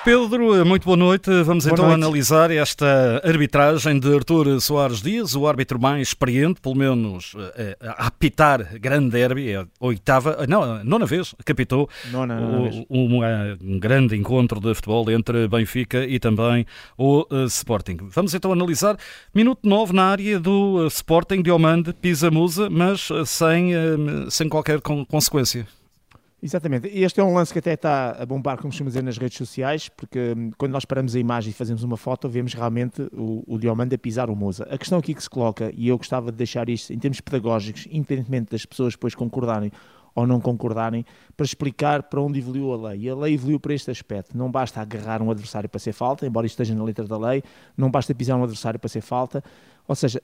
Pedro, muito boa noite. Vamos Boa então noite. analisar esta arbitragem de Artur Soares Dias, o árbitro mais experiente, pelo menos a apitar grande derby, é a nona vez que apitou Nona vez. Um grande encontro de futebol entre Benfica e também o Sporting. Vamos então analisar minuto 9 na área do Sporting, Diomande pisa Musa, mas sem qualquer consequência. Exatamente. Este é um lance que até está a bombar, como costuma dizer, nas redes sociais, porque quando nós paramos a imagem e fazemos uma foto, vemos realmente o Diomande a pisar o Musa. A questão aqui que se coloca, e eu gostava de deixar isto em termos pedagógicos, independentemente das pessoas depois concordarem ou não concordarem, para explicar para onde evoluiu a lei. E a lei evoluiu para este aspecto. Não basta agarrar um adversário para ser falta, embora isto esteja na letra da lei, não basta pisar um adversário para ser falta. Ou seja,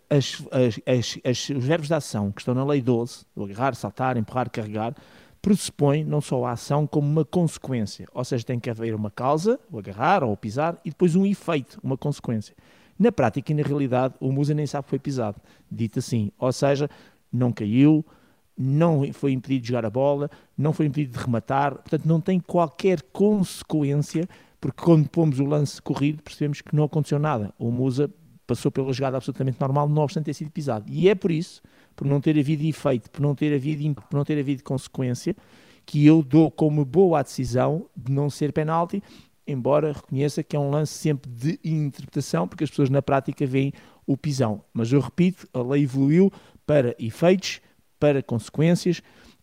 os verbos de ação que estão na lei 12, o agarrar, saltar, empurrar, carregar, pressupõe não só a ação como uma consequência. Ou seja, tem que haver uma causa, o agarrar ou o pisar, e depois um efeito, uma consequência. Na prática e na realidade, o Musa nem sabe que foi pisado, dito assim. Ou seja, não caiu, não foi impedido de jogar a bola, não foi impedido de rematar, portanto não tem qualquer consequência, porque quando pomos o lance corrido percebemos que não aconteceu nada. O Musa passou pela jogada absolutamente normal, não obstante ter sido pisado. E é por isso, por não ter havido efeito, por não ter havido consequência, que eu dou como boa a decisão de não ser penalti, embora reconheça que é um lance sempre de interpretação, porque as pessoas na prática veem o pisão. Mas eu repito, a lei evoluiu para efeitos, para consequências,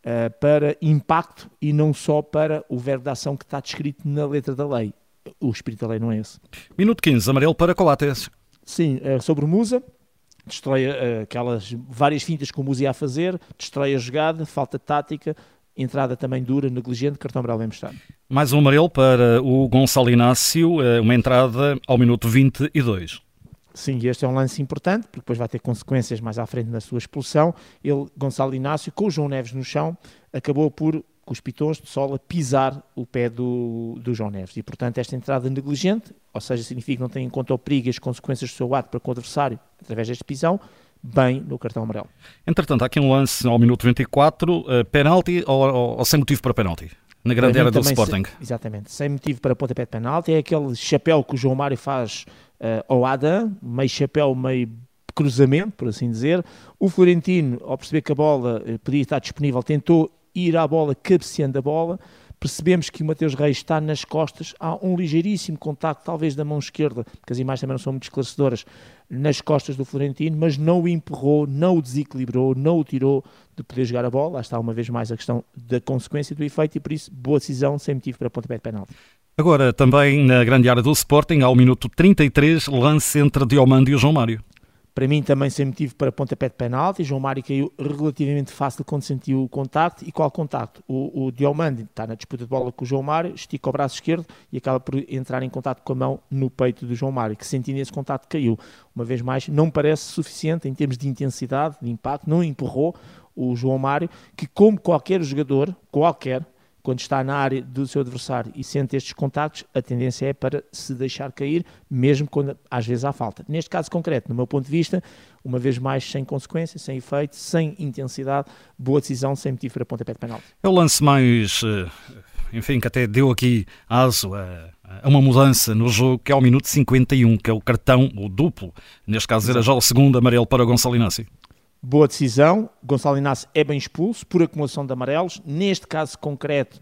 para impacto e não só para o verbo de ação que está descrito na letra da lei. O espírito da lei não é esse. Minuto 15, amarelo para Coates. Sim, sobre o Musa, destrói aquelas várias fintas que o Musa ia a fazer, destrói a jogada, falta tática, entrada também dura, negligente, cartão amarelo bem mostrado. Mais um amarelo para o Gonçalo Inácio, uma entrada ao minuto 22. Sim, este é um lance importante, porque depois vai ter consequências mais à frente na sua expulsão. Ele, Gonçalo Inácio, com o João Neves no chão, acabou por, com os pitons de sola, pisar o pé do João Neves. E, portanto, esta entrada negligente, ou seja, significa que não tem em conta o perigo e as consequências do seu ato para com o adversário, através deste pisão, bem no cartão amarelo. Entretanto, há aqui um lance ao minuto 24, penalti ou sem motivo para penalti? Na grande era do Sporting. Exatamente, sem motivo para pontapé de penalti. É aquele chapéu que o João Mário faz ao Adam, meio chapéu, meio cruzamento, por assim dizer. O Florentino, ao perceber que a bola podia estar disponível, tentou ir à bola, cabeceando a bola. Percebemos que o Mateus Reis está nas costas, há um ligeiríssimo contacto, talvez da mão esquerda, porque as imagens também não são muito esclarecedoras, nas costas do Florentino, mas não o empurrou, não o desequilibrou, não o tirou de poder jogar a bola. Lá está uma vez mais a questão da consequência do efeito e por isso boa decisão, sem motivo para pontapé de penalti. Agora, também na grande área do Sporting, ao minuto 33, lance entre Diomande e o João Mário. Para mim também sem motivo para pontapé de penalti. João Mário caiu relativamente fácil quando sentiu o contacto. E qual contacto? O Diomande está na disputa de bola com o João Mário, estica o braço esquerdo e acaba por entrar em contacto com a mão no peito do João Mário, que sentindo esse contacto caiu. Uma vez mais, não parece suficiente em termos de intensidade, de impacto, não empurrou o João Mário, que como qualquer jogador, quando está na área do seu adversário e sente estes contactos, a tendência é para se deixar cair, mesmo quando às vezes há falta. Neste caso concreto, no meu ponto de vista, uma vez mais sem consequência, sem efeito, sem intensidade, boa decisão, sem motivo para pontapé de penalti. É o lance mais, enfim, que até deu aqui aso a uma mudança no jogo, que é ao minuto 51, que é o cartão, o duplo, neste caso era já o segundo amarelo para o Gonçalo Inácio. Boa decisão, Gonçalo Inácio é bem expulso por acumulação de amarelos. Neste caso concreto,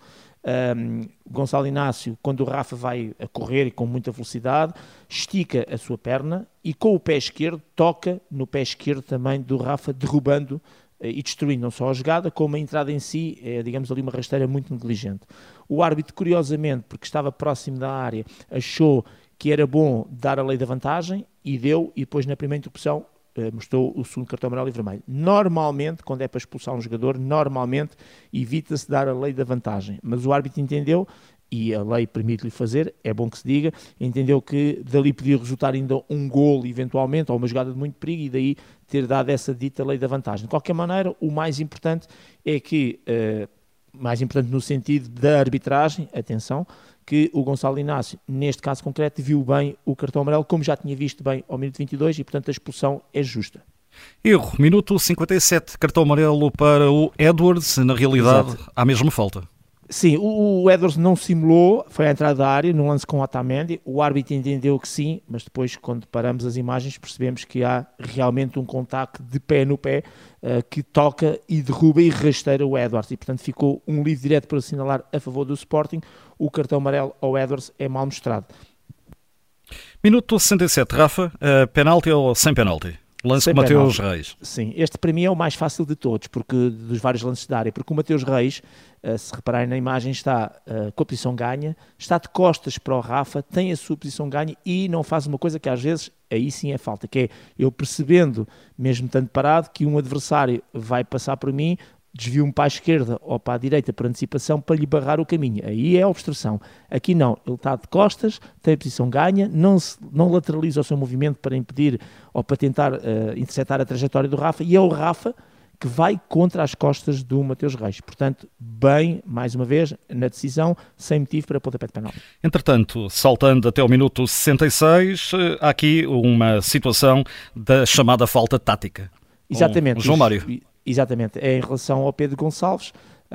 Gonçalo Inácio, quando o Rafa vai a correr e com muita velocidade, estica a sua perna e com o pé esquerdo toca no pé esquerdo também do Rafa, derrubando e destruindo não só a jogada, como a entrada em si, digamos ali uma rasteira muito negligente. O árbitro, curiosamente, porque estava próximo da área, achou que era bom dar a lei da vantagem e deu, e depois na primeira interrupção mostrou o segundo cartão amarelo e vermelho. Normalmente, quando é para expulsar um jogador, normalmente evita-se dar a lei da vantagem. Mas o árbitro entendeu, e a lei permite-lhe fazer, é bom que se diga, entendeu que dali podia resultar ainda um golo, eventualmente, ou uma jogada de muito perigo, e daí ter dado essa dita lei da vantagem. De qualquer maneira, o mais importante é que, mais importante no sentido da arbitragem, atenção, que o Gonçalo Inácio, neste caso concreto, viu bem o cartão amarelo, como já tinha visto bem ao minuto 22, e portanto a expulsão é justa. Erro, minuto 57, cartão amarelo para o Edwards, na realidade, há mesmo falta. Sim, o Edwards não simulou, foi à entrada da área, num lance com o Otamendi, o árbitro entendeu que sim, mas depois, quando paramos as imagens, percebemos que há realmente um contacto de pé no pé, que toca e derruba e rasteira o Edwards, e portanto ficou um livre direto para assinalar a favor do Sporting. O cartão amarelo ao Edwards é mal mostrado. Minuto 67, Rafa, penalti ou sem penalti? Lance Sem com Mateus penalti. Reis. Sim, este para mim é o mais fácil de todos, porque dos vários lances da área, porque o Mateus Reis, se repararem na imagem, está com a posição ganha, está de costas para o Rafa, tem a sua posição ganha e não faz uma coisa que às vezes, aí sim é falta, que é eu percebendo, mesmo estando parado, que um adversário vai passar por mim, desvio-me para a esquerda ou para a direita por antecipação para lhe barrar o caminho. Aí é a obstrução. Aqui não. Ele está de costas, tem a posição ganha, não lateraliza o seu movimento para impedir ou para tentar interceptar a trajetória do Rafa, e é o Rafa que vai contra as costas do Mateus Reis. Portanto, bem, mais uma vez, na decisão, sem motivo para pontapé de penalti. Entretanto, saltando até o minuto 66, há aqui uma situação da chamada falta tática. Exatamente. João Mário. Exatamente, é em relação ao Pedro Gonçalves,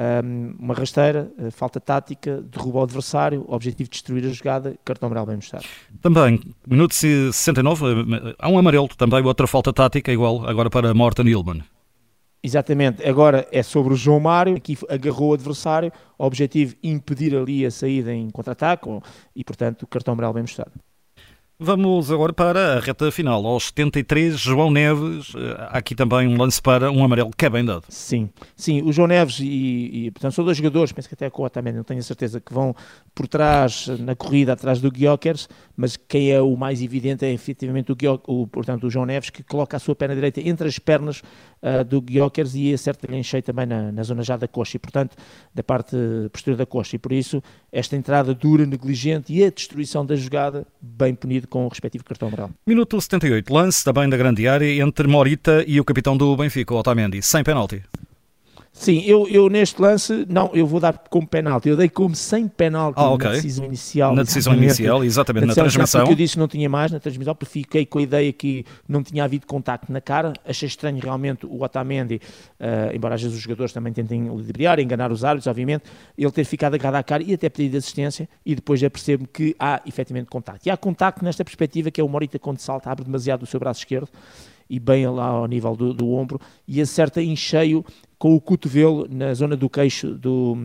uma rasteira, falta tática, derruba o adversário, objetivo de destruir a jogada, cartão amarelo bem mostrado. Também, minuto 69, há um amarelo também, outra falta tática igual, agora para Morten Hillman. Exatamente, agora é sobre o João Mário, que agarrou o adversário, objetivo impedir ali a saída em contra-ataque e, portanto, o cartão amarelo bem mostrado. Vamos agora para a reta final. Aos 73, João Neves, há aqui também um lance para um amarelo que é bem dado. Sim, o João Neves portanto, são dois jogadores, penso que até com o Otamendi, não tenho a certeza, que vão por trás, na corrida, atrás do Gyökeres, mas quem é o mais evidente é efetivamente o João Neves, que coloca a sua perna direita entre as pernas do Gyökeres e acerta-lhe em cheio também na zona já da coxa, e portanto, da parte posterior da coxa, e por isso, esta entrada dura, negligente e a destruição da jogada, bem punido com o respectivo cartão amarelo. Minuto 78, lance também da grande área entre Morita e o capitão do Benfica, o Otamendi, sem penalti. Sim, eu neste lance, não, eu vou dar como penalti, eu dei como sem penalti okay. Na decisão inicial. Na decisão inicial, exatamente, na transmissão. Porque eu disse que não tinha mais na transmissão, porque fiquei com a ideia que não tinha havido contacto na cara, achei estranho realmente o Otamendi, embora às vezes os jogadores também tentem ludibriar, enganar os árbitros, obviamente, ele ter ficado agarrado à cara e até pedido assistência, e depois já percebo que há efetivamente contacto. E há contacto nesta perspectiva, que é o Morita quando salta, abre demasiado o seu braço esquerdo, e bem lá ao nível do ombro, e acerta em cheio com o cotovelo na zona do queixo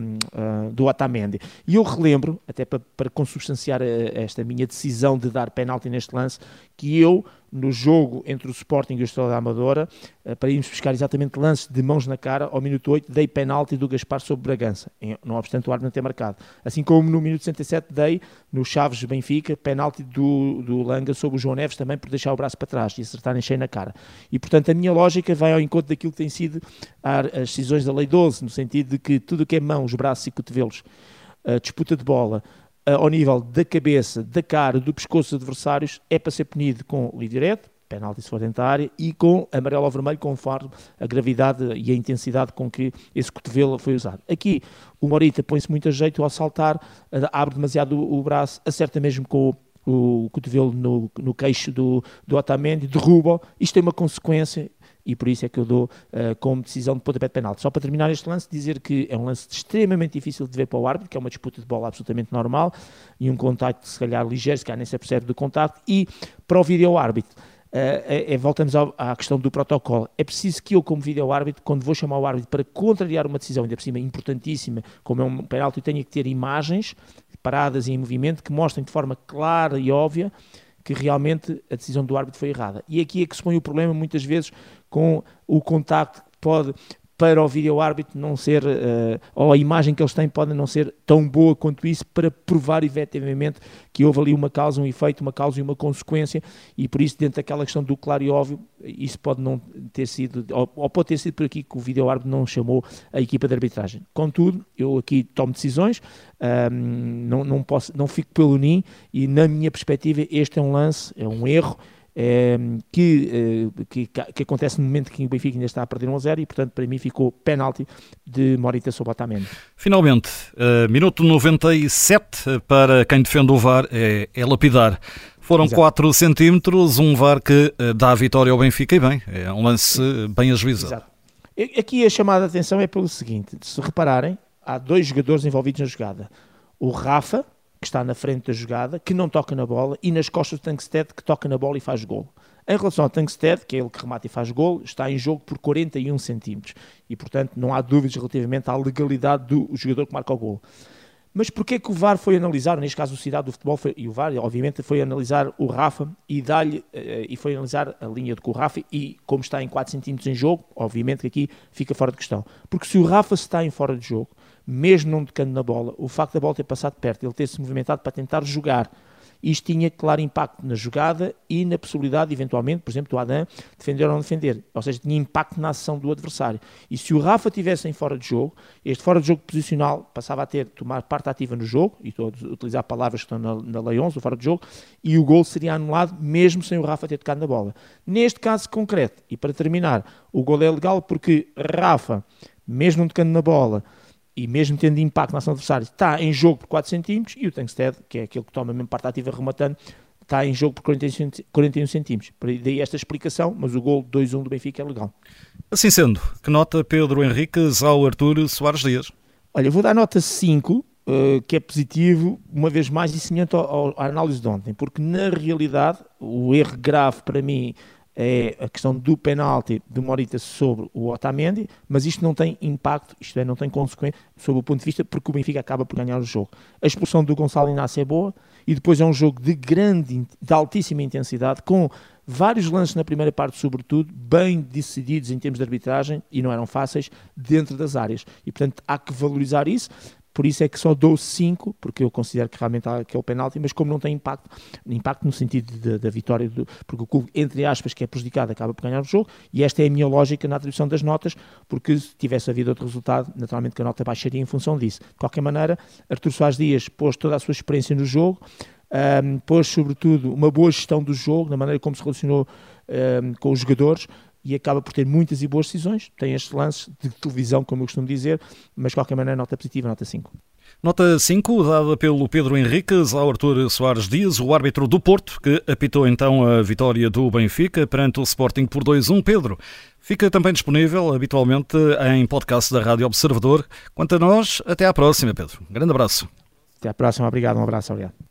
do Otamendi. E eu relembro, até para consubstanciar esta minha decisão de dar penalti neste lance, que eu, no jogo entre o Sporting e o Estrela da Amadora, para irmos buscar exatamente lances de mãos na cara, ao minuto 8 dei penalti do Gaspar sobre Bragança, não obstante o árbitro não ter marcado. Assim como no minuto 67 dei, no Chaves Benfica, penalti do Langa sobre o João Neves, também por deixar o braço para trás e acertar em cheio na cara. E portanto a minha lógica vai ao encontro daquilo que tem sido as decisões da Lei 12, no sentido de que tudo o que é mãos, braços e cotovelos, disputa de bola, ao nível da cabeça, da cara, do pescoço dos adversários, é para ser punido com livre direto, penalti se for dentro da área, e com amarelo ou vermelho, conforme a gravidade e a intensidade com que esse cotovelo foi usado. Aqui o Morita põe-se muito a jeito ao saltar, abre demasiado o braço, acerta mesmo com o cotovelo no queixo do Otamendi, derruba. Isto tem uma consequência, e por isso é que eu dou como decisão de pontapé de penalti. Só para terminar este lance, dizer que é um lance extremamente difícil de ver para o árbitro, que é uma disputa de bola absolutamente normal, e um contacto se calhar ligeiro, se calhar nem se apercebe do contacto, e para o vídeo-árbitro, voltamos à questão do protocolo. É preciso que eu, como vídeo-árbitro, quando vou chamar o árbitro para contrariar uma decisão, ainda por cima importantíssima, como é um penalti, eu tenho que ter imagens paradas e em movimento que mostrem de forma clara e óbvia que realmente a decisão do árbitro foi errada. E aqui é que se põe o problema, muitas vezes, com o contacto que pode, para o vídeo-árbitro, não ser, ou a imagem que eles têm pode não ser tão boa quanto isso, para provar efetivamente que houve ali uma causa, um efeito, uma causa e uma consequência, e por isso, dentro daquela questão do claro e óbvio, isso pode não ter sido, ou pode ter sido por aqui que o vídeo-árbitro não chamou a equipa de arbitragem. Contudo, eu aqui tomo decisões, não fico pelo ninho, e na minha perspectiva este é um lance, é um erro, que acontece no momento que o Benfica ainda está a perder 1-0, e portanto para mim ficou penalti de Morita sobre Otamendi. Finalmente, minuto 97, para quem defende o VAR é lapidar. Foram 4 centímetros, um VAR que dá a vitória ao Benfica, e bem, é um lance bem ajuizado. Exato. Aqui a chamada de atenção é pelo seguinte: se repararem, há 2 jogadores envolvidos na jogada. O Rafa, que está na frente da jogada, que não toca na bola, e nas costas do Tankstead, que toca na bola e faz golo. Em relação ao Tankstead, que é ele que remata e faz golo, está em jogo por 41 centímetros. E, portanto, não há dúvidas relativamente à legalidade do jogador que marca o golo. Mas porquê que o VAR foi analisar, neste caso o Cidade do Futebol, e o VAR, obviamente, foi analisar o Rafa e foi analisar a linha com o Rafa, e como está em 4 centímetros em jogo, obviamente que aqui fica fora de questão. Porque se o Rafa está em fora de jogo, mesmo não tocando na bola, o facto da bola ter passado perto, ele ter-se movimentado para tentar jogar, isto tinha claro impacto na jogada e na possibilidade, eventualmente, por exemplo, do Adam defender ou não defender. Ou seja, tinha impacto na ação do adversário. E se o Rafa estivesse em fora de jogo, este fora de jogo posicional passava a tomar parte ativa no jogo, e estou a utilizar palavras que estão na Lei 11, o fora de jogo, e o gol seria anulado mesmo sem o Rafa ter tocado na bola. Neste caso concreto, e para terminar, o gol é legal porque Rafa, mesmo não tocando na bola, e mesmo tendo impacto na ação adversária, está em jogo por 4 centímetros, e o Tankstead, que é aquele que toma mesmo parte ativa rematando, está em jogo por 41 centímetros. Daí esta explicação, mas o gol 2-1 do Benfica é legal. Assim sendo, que nota Pedro Henriques ao Artur Soares Dias? Olha, eu vou dar nota 5, que é positivo, uma vez mais, e semelhante à análise de ontem, porque na realidade o erro grave para mim é a questão do penalti do Morita sobre o Otamendi, mas isto não tem impacto, isto é, não tem consequência sob o ponto de vista, porque o Benfica acaba por ganhar o jogo. A expulsão do Gonçalo Inácio é boa, e depois é um jogo de altíssima intensidade, com vários lances na primeira parte, sobretudo, bem decididos em termos de arbitragem, e não eram fáceis, dentro das áreas. E, portanto, há que valorizar isso. Por isso é que só dou 5, porque eu considero que realmente há aquele penalti, mas como não tem impacto no sentido da vitória, porque o clube, entre aspas, que é prejudicado, acaba por ganhar o jogo, e esta é a minha lógica na atribuição das notas, porque se tivesse havido outro resultado, naturalmente que a nota baixaria em função disso. De qualquer maneira, Artur Soares Dias pôs toda a sua experiência no jogo, pôs sobretudo uma boa gestão do jogo, na maneira como se relacionou com os jogadores, e acaba por ter muitas e boas decisões. Tem estes lances de televisão, como eu costumo dizer, mas de qualquer maneira nota positiva, nota 5. Nota 5, dada pelo Pedro Henriques ao Artur Soares Dias, o árbitro do Porto, que apitou então a vitória do Benfica perante o Sporting por 2-1. Pedro, fica também disponível habitualmente em podcast da Rádio Observador. Quanto a nós, até à próxima, Pedro. Um grande abraço. Até à próxima, obrigado, um abraço, obrigado.